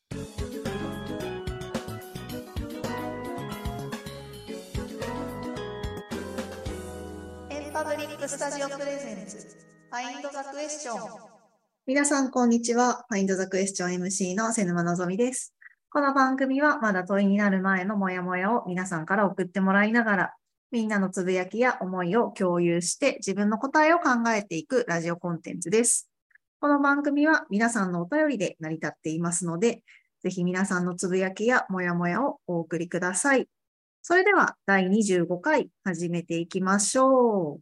エンパブリックスタジオプレゼンツファインドザクエスチョン。 皆さん、こんにちは。ファインドザクエスチョン MC の瀬沼のぞみです。この番組はまだ問いになる前のモヤモヤを皆さんから送ってもらいながら、みんなのつぶやきや思いを共有して自分の答えを考えていくラジオコンテンツです。この番組は皆さんのお便りで成り立っていますので、ぜひ皆さんのつぶやきやモヤモヤをお送りください。それでは第25回始めていきましょう。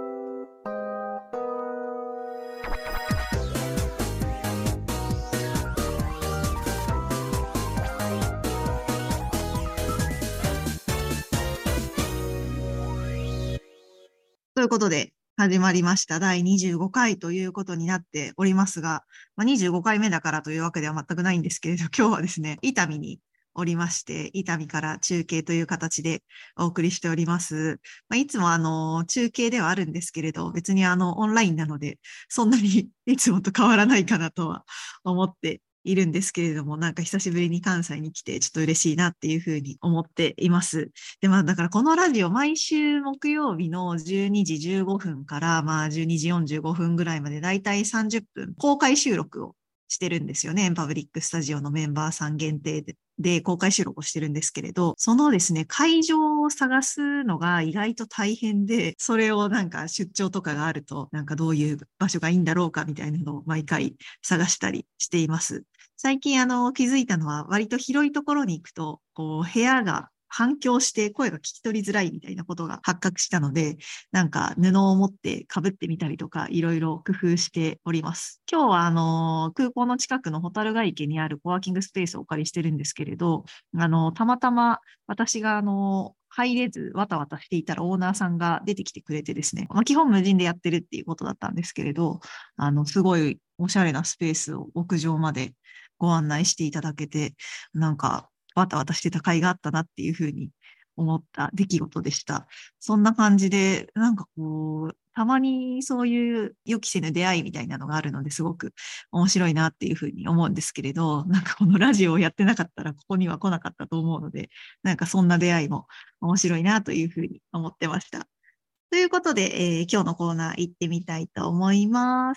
ということで、始まりました第25回ということになっておりますが、25回目だからというわけでは全くないんですけれど、今日はですね、伊丹におりまして、伊丹から中継という形でお送りしております。いつも中継ではあるんですけれど、別にオンラインなので、そんなにいつもと変わらないかなとは思っているんですけれども、なんか久しぶりに関西に来てちょっと嬉しいなっていうふうに思っています。で、だからこのラジオ毎週木曜日の12時15分から12時45分ぐらいまでだいたい30分公開収録をしてるんですよね。エンパブリックスタジオのメンバーさん限定で公開収録をしてるんですけれど、そのですね、会場を探すのが意外と大変で、それをなんか出張とかがあると、なんかどういう場所がいいんだろうかみたいなのを毎回探したりしています。最近気づいたのは割と広いところに行くと、こう部屋が反響して声が聞き取りづらいみたいなことが発覚したので、なんか布を持って被ってみたりとかいろいろ工夫しております。今日は空港の近くのホタル貝池にあるコワーキングスペースをお借りしてるんですけれど、たまたま私が入れずわたわたしていたらオーナーさんが出てきてくれてですね、基本無人でやってるっていうことだったんですけれど、すごいおしゃれなスペースを屋上までご案内していただけて、なんかわたわたしてた甲斐があったなっていうふうに思った出来事でした。そんな感じで、なんかこう、たまにそういう予期せぬ出会いみたいなのがあるのですごく面白いなっていうふうに思うんですけれど、なんかこのラジオをやってなかったらここには来なかったと思うので、なんかそんな出会いも面白いなというふうに思ってました。ということで、今日のコーナー行ってみたいと思います。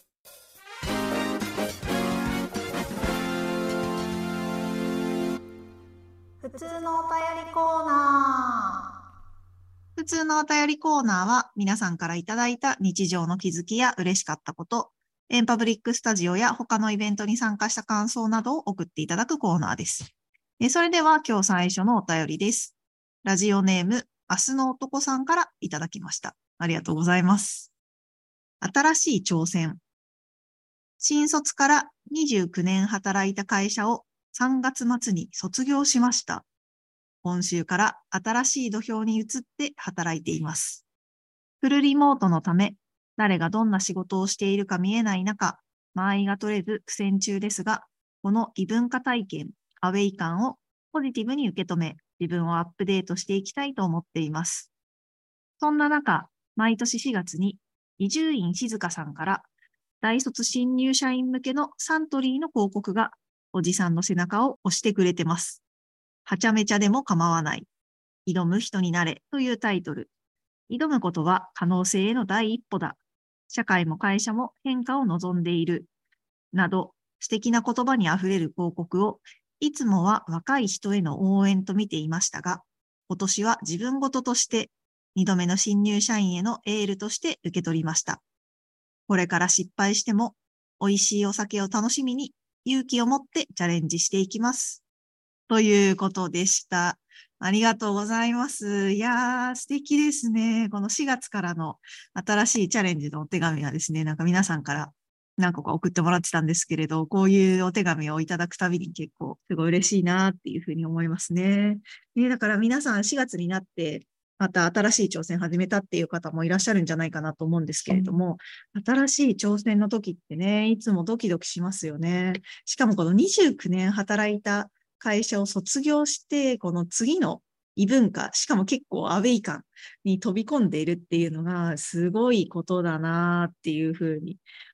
普通のお便りコーナ普通のお便りコーナーは皆さんからいただいた日常の気づきや嬉しかったこと、エンパブリックスタジオや他のイベントに参加した感想などを送っていただくコーナーです。それでは今日最初のお便りです。ラジオネーム、明日の男さんからいただきました。ありがとうございます。新しい挑戦。新卒から29年働いた会社を3月末に卒業しました。今週から新しい土俵に移って働いています。フルリモートのため、誰がどんな仕事をしているか見えない中、間合いが取れず苦戦中ですが、この異文化体験、アウェイ感をポジティブに受け止め、自分をアップデートしていきたいと思っています。そんな中、毎年4月に伊集院静香さんから大卒新入社員向けのサントリーの広告がおじさんの背中を押してくれてます。はちゃめちゃでも構わない。挑む人になれというタイトル。挑むことは可能性への第一歩だ。社会も会社も変化を望んでいる。など、素敵な言葉にあふれる広告を、いつもは若い人への応援と見ていましたが、今年は自分ごととして、2度目の新入社員へのエールとして受け取りました。これから失敗しても、美味しいお酒を楽しみに、勇気を持ってチャレンジしていきます。ということでした。ありがとうございます。いやー、素敵ですね。この4月からの新しいチャレンジのお手紙はですね、なんか皆さんから何個か送ってもらってたんですけれど、こういうお手紙をいただくたびに結構すごい嬉しいなっていうふうに思いますね。だから皆さん4月になってまた新しい挑戦始めたっていう方もいらっしゃるんじゃないかなと思うんですけれども、新しい挑戦の時ってね、いつもドキドキしますよね。しかもこの29年働いた会社を卒業して、この次の異文化、しかも結構アウェイ感に飛び込んでいるっていうのがすごいことだなっていうふうに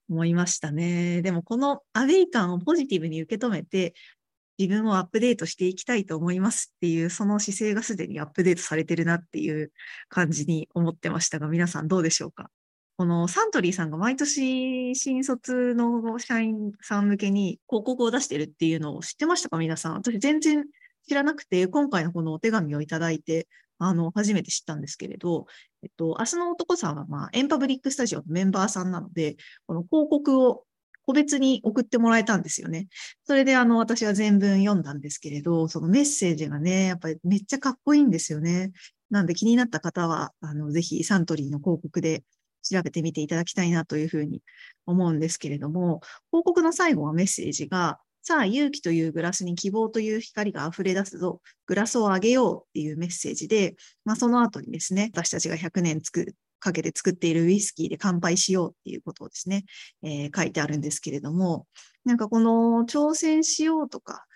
思いましたね。でもこのアウェイ感をポジティブに受け止めて、自分をアップデートしていきたいと思いますっていう、その姿勢がすでにアップデートされてるなっていう感じに思ってましたが、皆さんどうでしょうか？このサントリーさんが毎年新卒の社員さん向けに広告を出してるっていうのを知ってましたか？皆さん。私全然知らなくて、今回のこのお手紙をいただいて、初めて知ったんですけれど、明日の男さんは、エンパブリックスタジオのメンバーさんなので、この広告を個別に送ってもらえたんですよね。それで私は全文読んだんですけれど、そのメッセージがね、やっぱりめっちゃかっこいいんですよね。なんで気になった方は、ぜひサントリーの広告で調べてみていただきたいなというふうに思うんですけれども、広告の最後はメッセージが、さあ、勇気というグラスに希望という光が溢れ出すぞ。グラスをあげようっていうメッセージで、その後にですね、私たちが100年かけて作っているウイスキーで乾杯しようっていうことをですね、書いてあるんですけれども、なんかこの挑戦しようとか、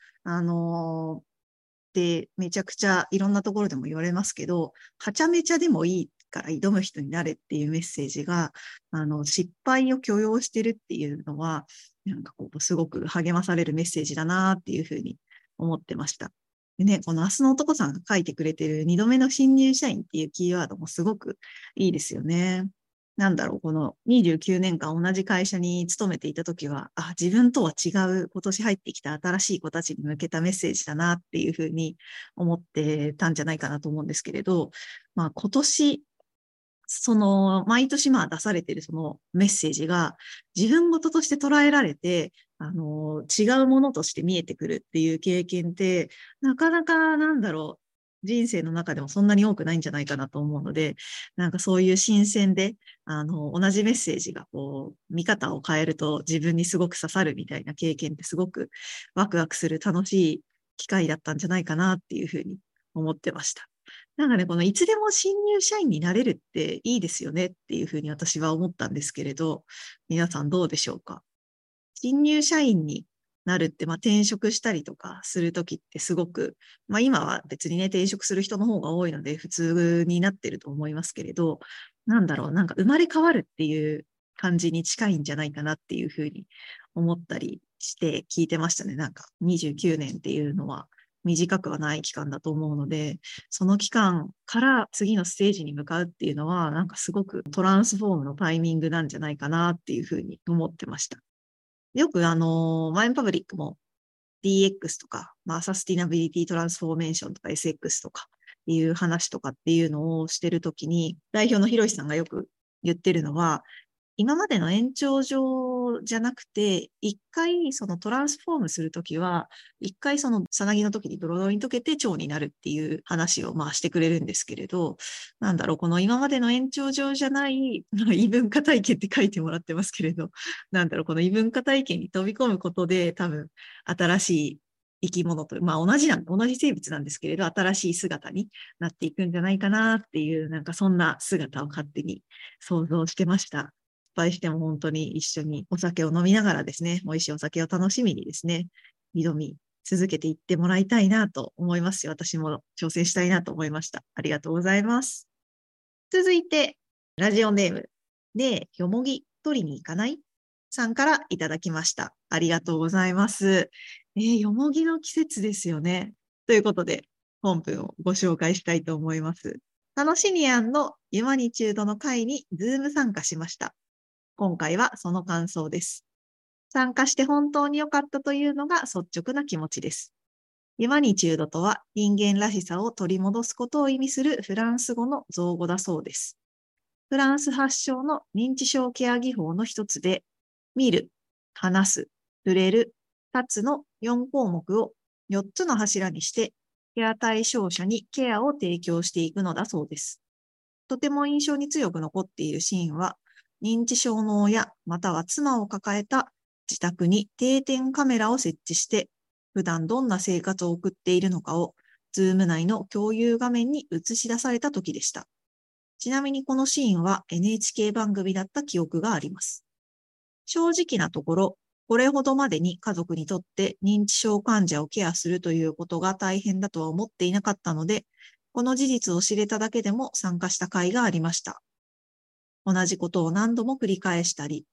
で、めちゃくちゃいろんなところでも言われますけど、はちゃめちゃでもいいから挑む人になれっていうメッセージが、失敗を許容してるっていうのは、なんかこう、すごく励まされるメッセージだなっていうふうに思ってました。でね、この明日の男さんが書いてくれてる2度目の新入社員っていうキーワードもすごくいいですよね。なんだろう、この29年間同じ会社に勤めていたときは、自分とは違う今年入ってきた新しい子たちに向けたメッセージだなっていうふうに思ってたんじゃないかなと思うんですけれど、今年、毎年出されているそのメッセージが自分事として捉えられて、違うものとして見えてくるっていう経験って、なかなか人生の中でもそんなに多くないんじゃないかなと思うので、なんかそういう新鮮で、同じメッセージが見方を変えると自分にすごく刺さるみたいな経験ってすごくワクワクする楽しい機会だったんじゃないかなっていうふうに思ってました。なんかね、このいつでも新入社員になれるっていいですよねっていうふうに私は思ったんですけれど、皆さんどうでしょうか？新入社員になるって、転職したりとかするときってすごく、今は別にね、転職する人の方が多いので普通になってると思いますけれど、なんか生まれ変わるっていう感じに近いんじゃないかなっていうふうに思ったりして聞いてましたね。なんか29年っていうのは短くはない期間だと思うので、その期間から次のステージに向かうっていうのは、なんかすごくトランスフォームのタイミングなんじゃないかなっていうふうに思ってました。よくマインパブリックも DX とか、サスティナビリティトランスフォーメーションとか SX とかいう話とかっていうのをしてるときに、代表のひろしさんがよく言ってるのは、今までの延長上じゃなくて、一回そのトランスフォームするときは、一回そのさなぎの時にブロドーに溶けて腸になるっていう話をしてくれるんですけれど、この今までの延長上じゃない、異文化体験って書いてもらってますけれど、この異文化体験に飛び込むことで多分新しい生き物と、同じ生物なんですけれど、新しい姿になっていくんじゃないかなっていう、なんかそんな姿を勝手に想像してました。失敗しても本当に一緒にお酒を飲みながらですね、美味しいお酒を楽しみにですね、挑み続けていってもらいたいなと思いますし、私も挑戦したいなと思いました。ありがとうございます。続いて、ラジオネームで、よもぎ取りに行かないさんからいただきました。ありがとうございます。よもぎの季節ですよね。ということで、本文をご紹介したいと思います。楽しニアンのユマニチュードの会にズーム参加しました。今回はその感想です。参加して本当に良かったというのが率直な気持ちです。ユマニチュードとは人間らしさを取り戻すことを意味するフランス語の造語だそうです。フランス発祥の認知症ケア技法の一つで、見る、話す、触れる、立つの4項目を4つの柱にして、ケア対象者にケアを提供していくのだそうです。とても印象に強く残っているシーンは、認知症の親または妻を抱えた自宅に定点カメラを設置して、普段どんな生活を送っているのかを、ズーム内の共有画面に映し出された時でした。ちなみにこのシーンは NHK 番組だった記憶があります。正直なところ、これほどまでに家族にとって認知症患者をケアするということが大変だとは思っていなかったので、この事実を知れただけでも参加した甲斐がありました。同じことを何度も繰り返したり、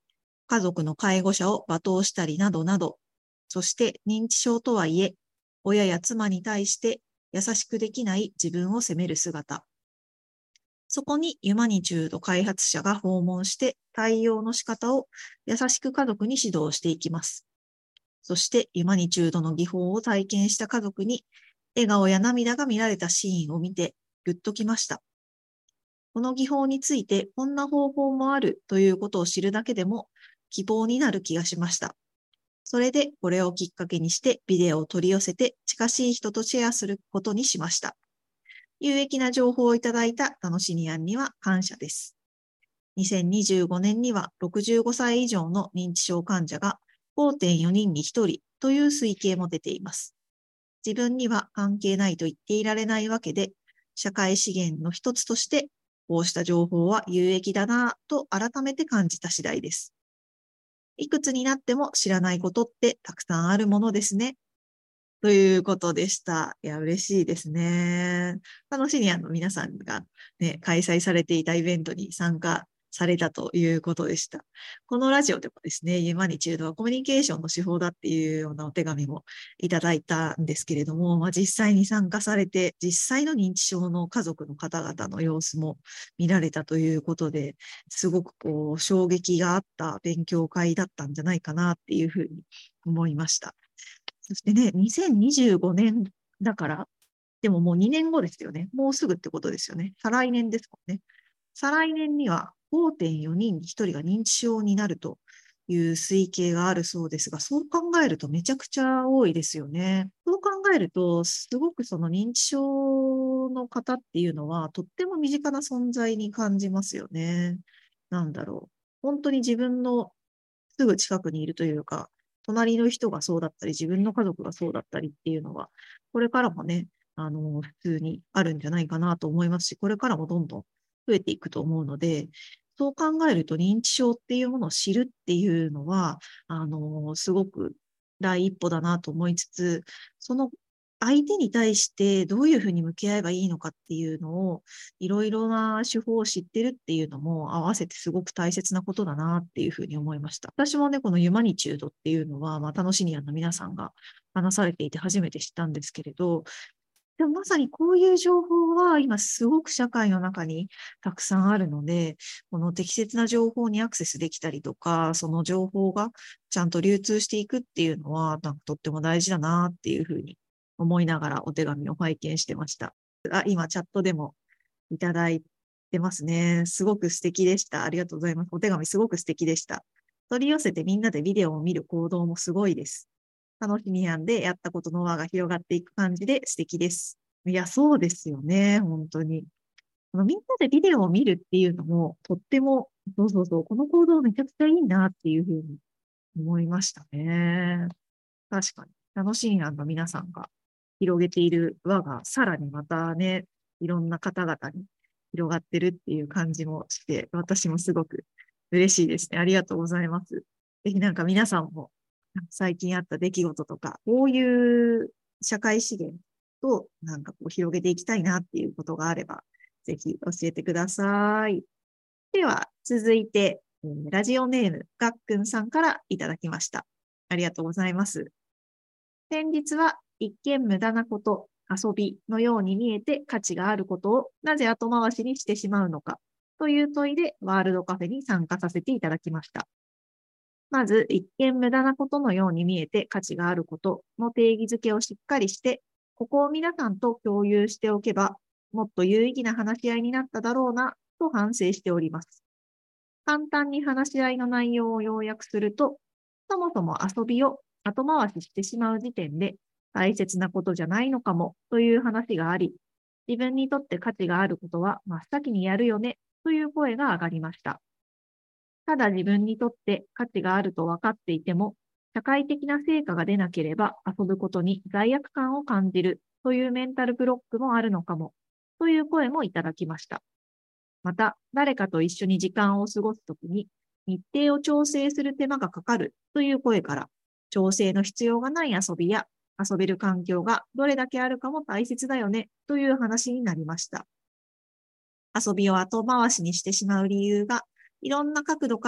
家族の介護者を罵倒したりなどなど、そして認知症とはいえ、親や妻に対して優しくできない自分を責める姿。そこにユマニチュード開発者が訪問して対応の仕方を優しく家族に指導していきます。そしてユマニチュードの技法を体験した家族に笑顔や涙が見られたシーンを見てグッときました。この技法についてこんな方法もあるということを知るだけでも希望になる気がしました。それでこれをきっかけにしてビデオを取り寄せて近しい人とシェアすることにしました。有益な情報をいただいた楽しにゃんには感謝です。2025年には65歳以上の認知症患者が 5.4 人に1人という推計も出ています。自分には関係ないと言っていられないわけで、社会資源の一つとして、こうした情報は有益だなぁと改めて感じた次第です。いくつになっても知らないことってたくさんあるものですね。ということでした。いや、嬉しいですね。シニアの皆さんがね、開催されていたイベントに参加されたということでした。このラジオでもですね、ユマニチュードはコミュニケーションの手法だっていうようなお手紙もいただいたんですけれども、実際に参加されて、実際の認知症の家族の方々の様子も見られたということで、すごく衝撃があった勉強会だったんじゃないかなっていうふうに思いました。そしてね、2025年だから、でももう2年後ですよね。もうすぐってことですよね。再来年ですもんね。再来年には 5.4 人に1人が認知症になるという推計があるそうですが、そう考えるとめちゃくちゃ多いですよね。そう考えると、すごくその認知症の方っていうのは、とっても身近な存在に感じますよね。なんだろう。本当に自分のすぐ近くにいるというか、隣の人がそうだったり、自分の家族がそうだったりっていうのは、これからもね、普通にあるんじゃないかなと思いますし、これからもどんどん増えていくと思うので、そう考えると認知症っていうものを知るっていうのは、すごく第一歩だなと思いつつ、その相手に対してどういうふうに向き合えばいいのかっていうのを、いろいろな手法を知ってるっていうのも合わせてすごく大切なことだなっていうふうに思いました。私もね、このユマニチュードっていうのは、楽しみやの皆さんが話されていて初めて知ったんですけれど、でもまさにこういう情報は今すごく社会の中にたくさんあるので、この適切な情報にアクセスできたりとか、その情報がちゃんと流通していくっていうのは、とっても大事だなっていうふうに思いながらお手紙を拝見してました。今チャットでもいただいてますね。すごく素敵でした。ありがとうございます。お手紙すごく素敵でした。取り寄せてみんなでビデオを見る行動もすごいです。楽しみやんでやったことの輪が広がっていく感じで素敵です。いや、そうですよね。本当に。みんなでビデオを見るっていうのも、とっても、そうそうそう、この行動めちゃくちゃいいなっていうふうに思いましたね。確かに。楽しみやんの皆さんが広げている輪が、さらにまたね、いろんな方々に広がってるっていう感じもして、私もすごく嬉しいですね。ありがとうございます。ぜひなんか皆さんも最近あった出来事とか、こういう社会資源となんかこう広げていきたいなっていうことがあれば、ぜひ教えてください。では、続いて、ラジオネーム、がっくんさんからいただきました。ありがとうございます。先日は一見無駄なこと、遊びのように見えて価値があることをなぜ後回しにしてしまうのかという問いでワールドカフェに参加させていただきました。まず、一見無駄なことのように見えて価値があることの定義づけをしっかりして、ここを皆さんと共有しておけば、もっと有意義な話し合いになっただろうな、と反省しております。簡単に話し合いの内容を要約すると、そもそも遊びを後回ししてしまう時点で大切なことじゃないのかもという話があり、自分にとって価値があることは真っ先にやるよねという声が上がりました。ただ自分にとって価値があると分かっていても、社会的な成果が出なければ遊ぶことに罪悪感を感じるというメンタルブロックもあるのかもという声もいただきました。また、誰かと一緒に時間を過ごすときに日程を調整する手間がかかるという声から、調整の必要がない遊びや遊べる環境がどれだけあるかも大切だよねという話になりました。遊びを後回しにしてしまう理由がいろんな角度から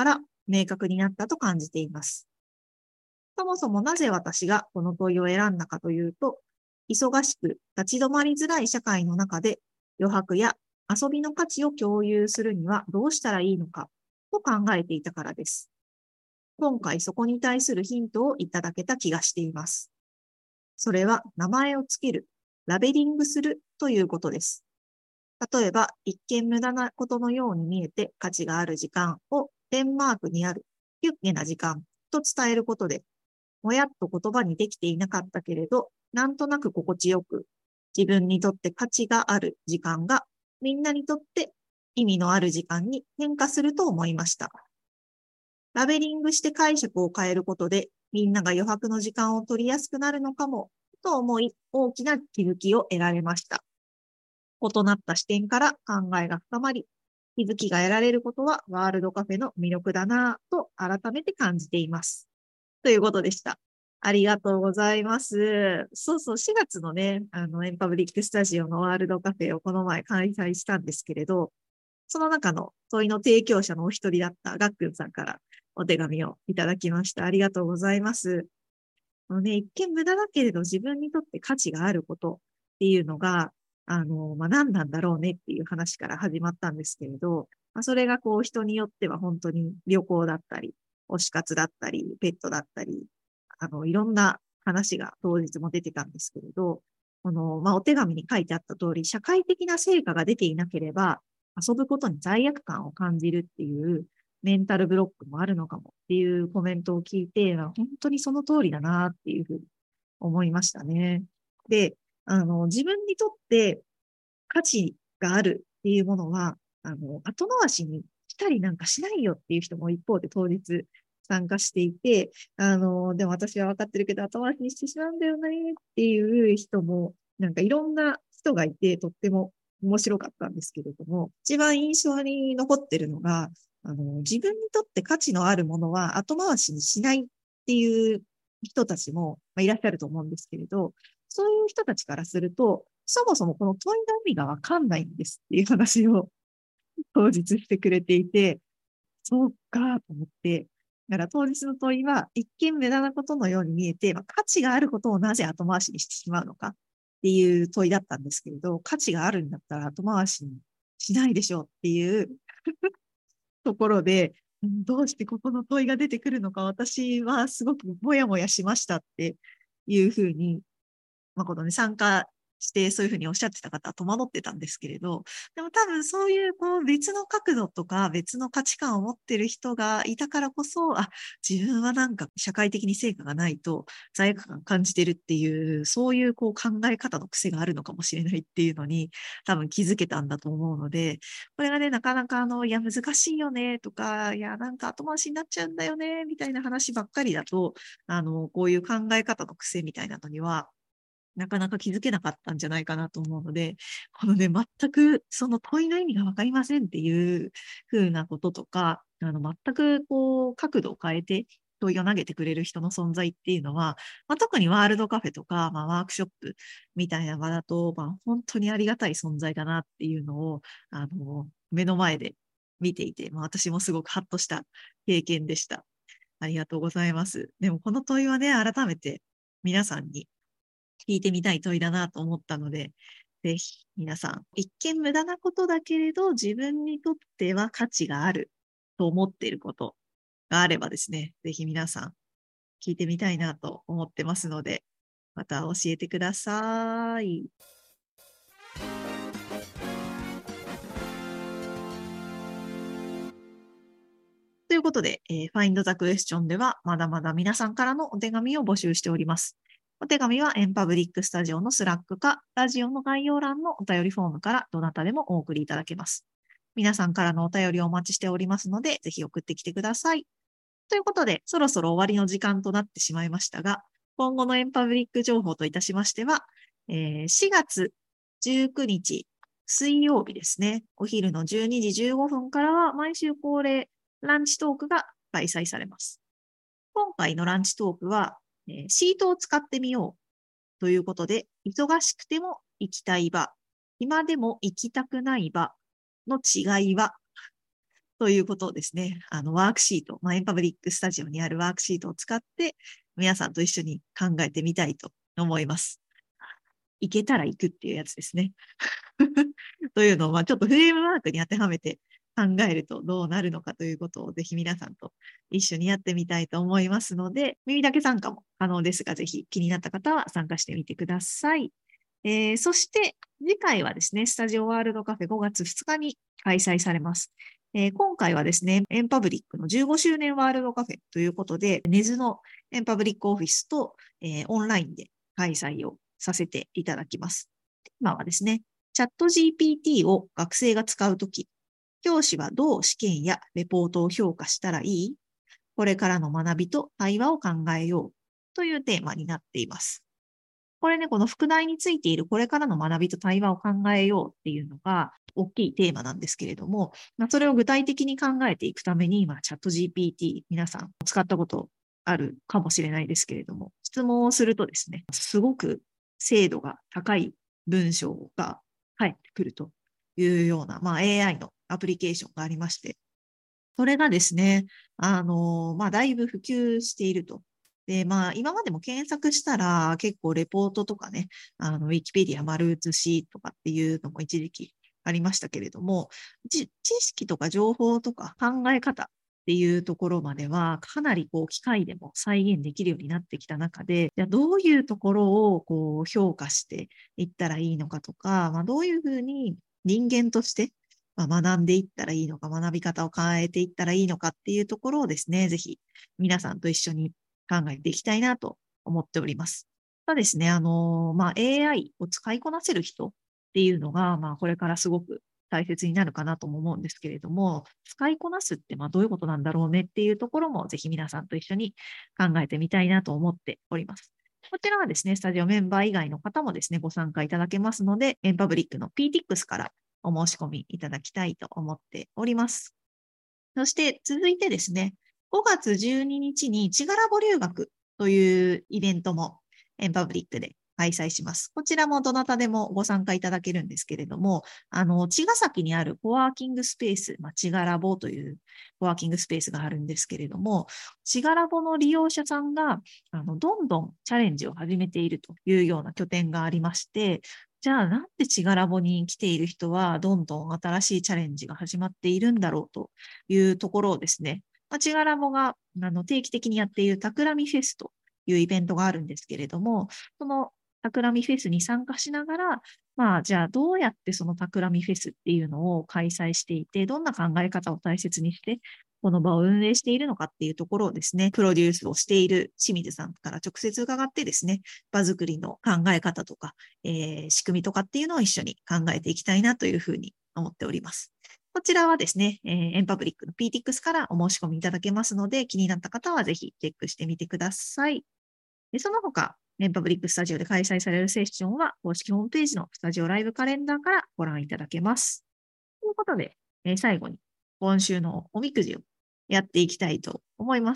明確になったと感じています。そもそもなぜ私がこの問いを選んだかというと、忙しく立ち止まりづらい社会の中で余白や遊びの価値を共有するにはどうしたらいいのかと考えていたからです。今回そこに対するヒントをいただけた気がしています。それは名前をつける、ラベリングするということです。例えば、一見無駄なことのように見えて価値がある時間をデンマークにあるユッゲな時間と伝えることで、もやっと言葉にできていなかったけれど、なんとなく心地よく、自分にとって価値がある時間が、みんなにとって意味のある時間に変化すると思いました。ラベリングして解釈を変えることで、みんなが余白の時間を取りやすくなるのかも、と思い、大きな気づきを得られました。異なった視点から考えが深まり、気づきが得られることはワールドカフェの魅力だなぁと改めて感じています。ということでした。ありがとうございます。そうそう、4月のね、エンパブリックスタジオのワールドカフェをこの前開催したんですけれど、その中の問いの提供者のお一人だったガックンさんからお手紙をいただきました。ありがとうございます。一見無駄だけれど自分にとって価値があることっていうのが、何なんだろうねっていう話から始まったんですけれど、それがこう人によっては本当に旅行だったり、推し活だったり、ペットだったり、いろんな話が当日も出てたんですけれど、お手紙に書いてあった通り、社会的な成果が出ていなければ、遊ぶことに罪悪感を感じるっていうメンタルブロックもあるのかもっていうコメントを聞いて、本当にその通りだなっていうふうに思いましたね。で、自分にとって価値があるっていうものは、後回しにしたりなんかしないよっていう人も一方で当日参加していて、でも私は分かってるけど後回しにしてしまうんだよねっていう人も、なんかいろんな人がいて、とっても面白かったんですけれども、一番印象に残ってるのが、自分にとって価値のあるものは後回しにしないっていう人たちも、いらっしゃると思うんですけれど、そういう人たちからすると、そもそもこの問いの意味がわかんないんですっていう話を当日してくれていて、そうかと思って、だから当日の問いは一見無駄なことのように見えて、価値があることをなぜ後回しにしてしまうのかっていう問いだったんですけれど、価値があるんだったら後回しにしないでしょうっていうところで、どうしてここの問いが出てくるのか私はすごくもやもやしましたっていうふうにこのね、参加してそういうふうにおっしゃってた方は戸惑ってたんですけれど、でも多分そういうこう別の角度とか別の価値観を持ってる人がいたからこそ、自分はなんか社会的に成果がないと罪悪感感じてるっていう、そういうこう考え方の癖があるのかもしれないっていうのに多分気づけたんだと思うので、これがね、なかなかいや難しいよねとか、いやなんか後回しになっちゃうんだよねみたいな話ばっかりだと、こういう考え方の癖みたいなのには、なかなか気づけなかったんじゃないかなと思うので、このね、全くその問いの意味がわかりませんっていうふうなこととか、全くこう、角度を変えて問いを投げてくれる人の存在っていうのは、特にワールドカフェとか、ワークショップみたいな場だと、本当にありがたい存在だなっていうのを、目の前で見ていて、私もすごくハッとした経験でした。ありがとうございます。でもこの問いはね、改めて皆さんに聞いてみたい問いだなと思ったので、ぜひ皆さん、一見無駄なことだけれど、自分にとっては価値があると思っていることがあればですね、ぜひ皆さん聞いてみたいなと思ってますので、また教えてください。ということで、Find the Question ではまだまだ皆さんからのお手紙を募集しております。お手紙はエンパブリックスタジオのスラックか、ラジオの概要欄のお便りフォームからどなたでもお送りいただけます。皆さんからのお便りをお待ちしておりますので、ぜひ送ってきてください。ということで、そろそろ終わりの時間となってしまいましたが、今後のエンパブリック情報といたしましては、4月19日水曜日ですね、お昼の12時15分からは毎週恒例ランチトークが開催されます。今回のランチトークは、シートを使ってみようということで、忙しくても行きたい場、今でも行きたくない場の違いはということをですね、ワークシート、エンパブリックスタジオにあるワークシートを使って、皆さんと一緒に考えてみたいと思います。行けたら行くっていうやつですね。というのを、ちょっとフレームワークに当てはめて考えるとどうなるのかということをぜひ皆さんと一緒にやってみたいと思いますので、耳だけ参加も可能ですが、ぜひ気になった方は参加してみてください。そして次回はですね、スタジオワールドカフェ5月2日に開催されます。今回はですね、エンパブリックの15周年ワールドカフェということで、根津のエンパブリックオフィスと、オンラインで開催をさせていただきます。テーマはですね、チャット GPT を学生が使うとき、教師はどう試験やレポートを評価したらいい？これからの学びと対話を考えようというテーマになっています。これね、この副題についているこれからの学びと対話を考えようっていうのが大きいテーマなんですけれども、それを具体的に考えていくために、チャット GPT 皆さん使ったことあるかもしれないですけれども、質問をするとですね、すごく精度が高い文章が返ってくるというような、AI のアプリケーションがありまして、それがですね、だいぶ普及していると。で、今までも検索したら結構レポートとかね、ウィキペディア丸写しとかっていうのも一時期ありましたけれども、知識とか情報とか考え方っていうところまでは、かなり機械でも再現できるようになってきた中で、じゃあどういうところを評価していったらいいのかとか、どういうふうに人間として学んでいったらいいのか、学び方を変えていったらいいのかっていうところをですね、ぜひ皆さんと一緒に考えていきたいなと思っております。ただですね、AI を使いこなせる人っていうのが、これからすごく大切になるかなとも思うんですけれども、使いこなすってどういうことなんだろうねっていうところもぜひ皆さんと一緒に考えてみたいなと思っております。こちらはですね、スタジオメンバー以外の方もですね、ご参加いただけますので、エンパブリックの PTX からお申し込みいただきたいと思っております。そして続いてですね、5月12日にちがらぼ留学というイベントもエンパブリックで開催します。こちらもどなたでもご参加いただけるんですけれども、茅ヶ崎にあるコワーキングスペース、ちがらぼというコワーキングスペースがあるんですけれども、ちがらぼの利用者さんがどんどんチャレンジを始めているというような拠点がありまして、じゃあなんでちがらぼに来ている人はどんどん新しいチャレンジが始まっているんだろうというところをですね、ちがらぼが定期的にやっているたくらみフェスというイベントがあるんですけれども、そのたくらみフェスに参加しながら、じゃあどうやってそのたくらみフェスっていうのを開催していて、どんな考え方を大切にして、この場を運営しているのかっていうところをですね、プロデュースをしている清水さんから直接伺ってですね、場作りの考え方とか、仕組みとかっていうのを一緒に考えていきたいなというふうに思っております。こちらはですね、エンパブリックの PTX からお申し込みいただけますので、気になった方はぜひチェックしてみてください。でその他、エンパブリックスタジオで開催されるセッションは、公式ホームページのスタジオライブカレンダーからご覧いただけます。ということで、最後に今週のおみくじをやっていきたいと思います。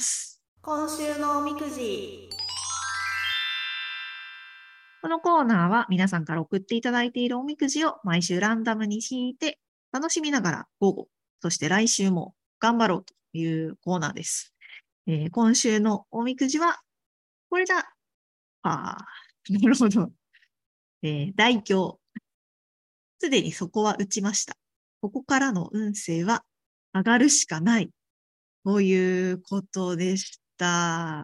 今週のおみくじ。 このコーナーは皆さんから送っていただいているおみくじを毎週ランダムに引いて楽しみながら午後、そして来週も頑張ろうというコーナーです。今週のおみくじはこれだ。なるほど。大凶。すでにそこは打ちました。ここからの運勢は上がるしかない。ということでした。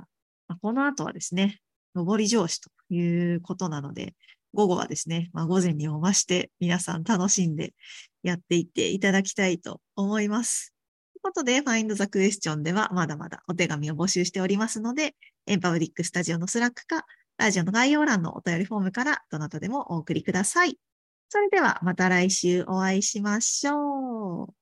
この後はですね、上り調子ということなので、午後はですね、午前にも増して皆さん楽しんでやっていっていただきたいと思います。ということで、Find the Question ではまだまだお手紙を募集しておりますので、エンパブリックスタジオのスラックか、ラジオの概要欄のお便りフォームからどなたでもお送りください。それではまた来週お会いしましょう。